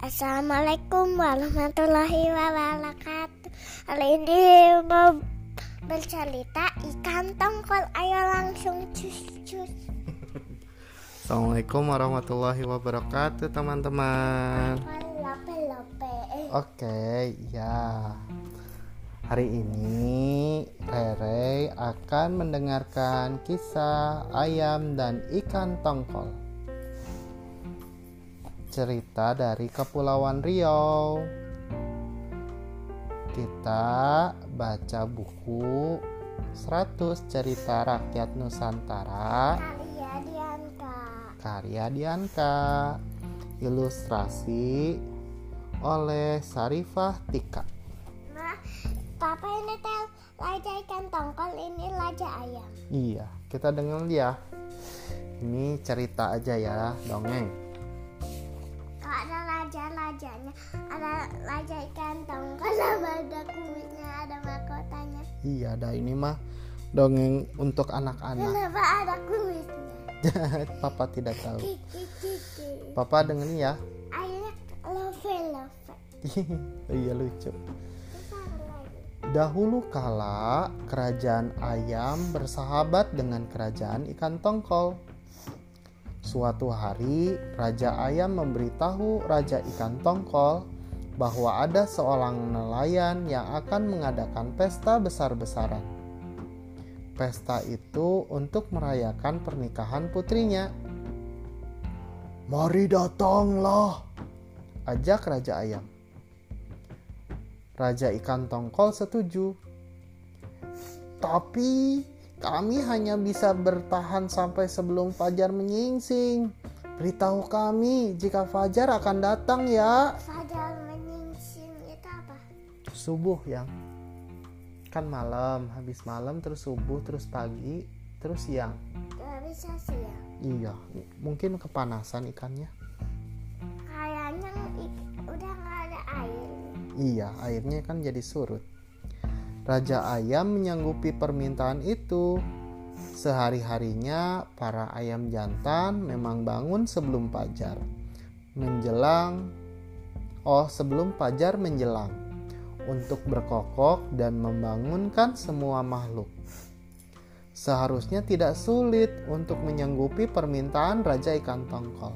Assalamualaikum warahmatullahi wabarakatuh. Hari ini mau bercerita ikan tongkol. Ayo langsung cus. Assalamualaikum warahmatullahi wabarakatuh teman-teman. Lope. Oke, ya. Hari ini Rere akan mendengarkan kisah ayam dan ikan tongkol. Cerita dari Kepulauan Riau. Kita baca buku 100 Cerita Rakyat Nusantara karya Dianka, ilustrasi oleh Sarifah Tika. Papa, ini raja ikan tongkol, ini raja ayam. Iya, kita dengar ya. Ini cerita aja ya, dongeng. Kalau ada raja-rajanya, ada raja ikan tongkol, ada kumisnya, ada mahkotanya. Iya, ada ini mah dongeng untuk anak-anak. Kenapa ada kumisnya? Papa tidak tahu. Kiki. Papa dengerin ya. Ayah love. Iya, lucu. Dahulu kala, kerajaan ayam bersahabat dengan kerajaan ikan tongkol. Suatu hari, Raja Ayam memberitahu Raja Ikan Tongkol bahwa ada seorang nelayan yang akan mengadakan pesta besar-besaran. Pesta itu untuk merayakan pernikahan putrinya. "Mari datanglah," ajak Raja Ayam. Raja Ikan Tongkol setuju. "Tapi kami hanya bisa bertahan sampai sebelum fajar menyingsing. Beritahu kami jika fajar akan datang ya." Fajar menyingsing itu apa? Subuh yang kan malam, habis malam terus subuh, terus pagi, terus siang. Gak bisa siang. Iya, mungkin kepanasan ikannya. Kayaknya udah gak ada air. Iya, airnya kan jadi surut. Raja Ayam menyanggupi permintaan itu. Sehari-harinya para ayam jantan memang bangun sebelum fajar menjelang untuk berkokok dan membangunkan semua makhluk. Seharusnya tidak sulit untuk menyanggupi permintaan Raja Ikan Tongkol.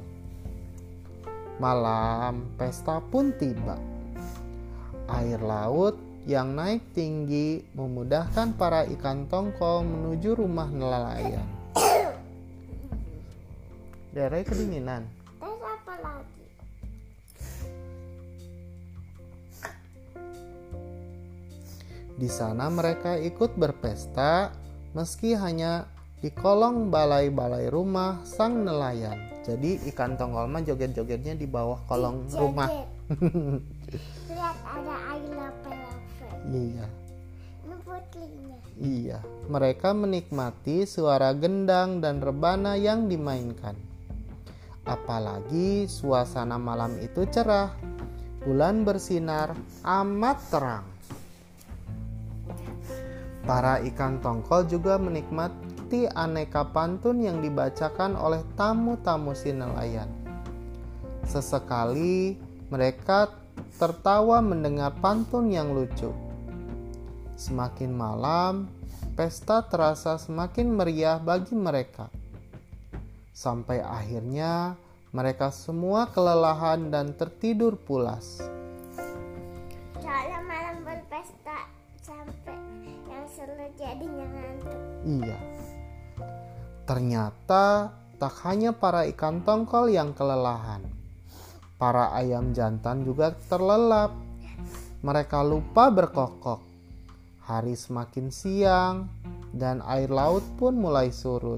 Malam pesta pun tiba. Air laut yang naik tinggi memudahkan para ikan tongkol menuju rumah nelayan. Dere kedinginan. Terus apa lagi? Di sana mereka ikut berpesta meski hanya di kolong balai-balai rumah sang nelayan. Jadi ikan tongkol mah joget-jogetnya di bawah kolong rumah. Lihat ada air lope. Iya. Ini putrinya. Iya, mereka menikmati suara gendang dan rebana yang dimainkan. Apalagi suasana malam itu cerah. Bulan bersinar amat terang. Para ikan tongkol juga menikmati aneka pantun yang dibacakan oleh tamu-tamu si nelayan. Sesekali mereka tertawa mendengar pantun yang lucu. Semakin malam, pesta terasa semakin meriah bagi mereka. Sampai akhirnya mereka semua kelelahan dan tertidur pulas. Soalnya malam berpesta sampai yang seru jadinya ngantuk. Iya. Ternyata tak hanya para ikan tongkol yang kelelahan. Para ayam jantan juga terlelap. Mereka lupa berkokok. Hari semakin siang dan air laut pun mulai surut.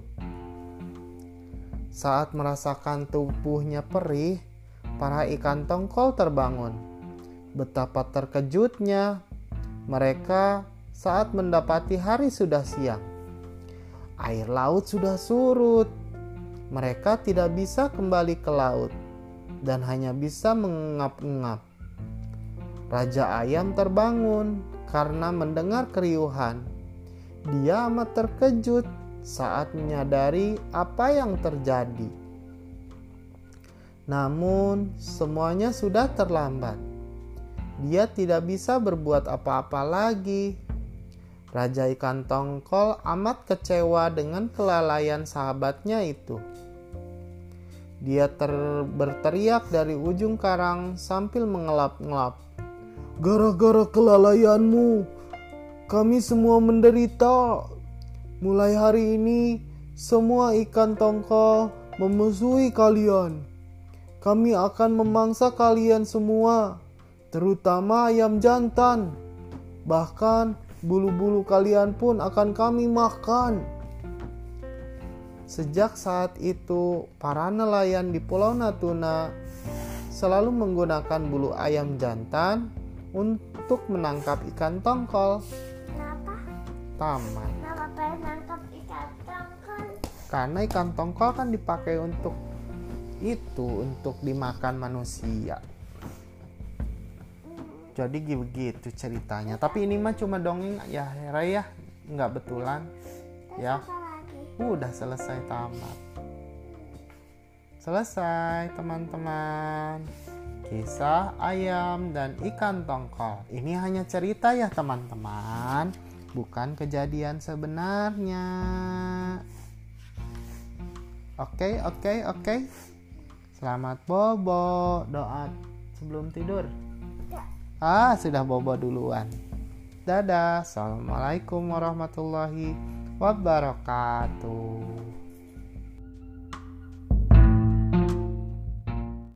Saat merasakan tubuhnya perih, para ikan tongkol terbangun. Betapa terkejutnya mereka saat mendapati hari sudah siang. Air laut sudah surut. Mereka tidak bisa kembali ke laut dan hanya bisa mengengap-engap. Raja Ayam terbangun karena mendengar keriuhan. Dia amat terkejut saat menyadari apa yang terjadi. Namun, semuanya sudah terlambat. Dia tidak bisa berbuat apa-apa lagi. Raja ikan tongkol amat kecewa dengan kelalaian sahabatnya itu. Dia berteriak dari ujung karang sambil mengelap-ngelap. Gara-gara kelalaianmu, kami semua menderita. Mulai hari ini, semua ikan tongkol memusuhi kalian. Kami akan memangsa kalian semua, terutama ayam jantan. Bahkan bulu-bulu kalian pun akan kami makan. Sejak saat itu, para nelayan di Pulau Natuna selalu menggunakan bulu ayam jantan untuk menangkap ikan tongkol. Kenapa? Taman. Kenapa pengen nangkap ikan tongkol? Karena ikan tongkol kan dipakai untuk dimakan manusia. Jadi begitu ceritanya. Tapi ini mah cuma dongeng ya, Ray ya, nggak betulan. Ya. Apa lagi? Udah selesai tamat. Selesai teman-teman. Kisah ayam dan ikan tongkol. Ini hanya cerita ya teman-teman, bukan kejadian sebenarnya. Oke. Selamat bobo. Doa sebelum tidur. Sudah bobo duluan. Dadah. Assalamualaikum warahmatullahi wabarakatuh.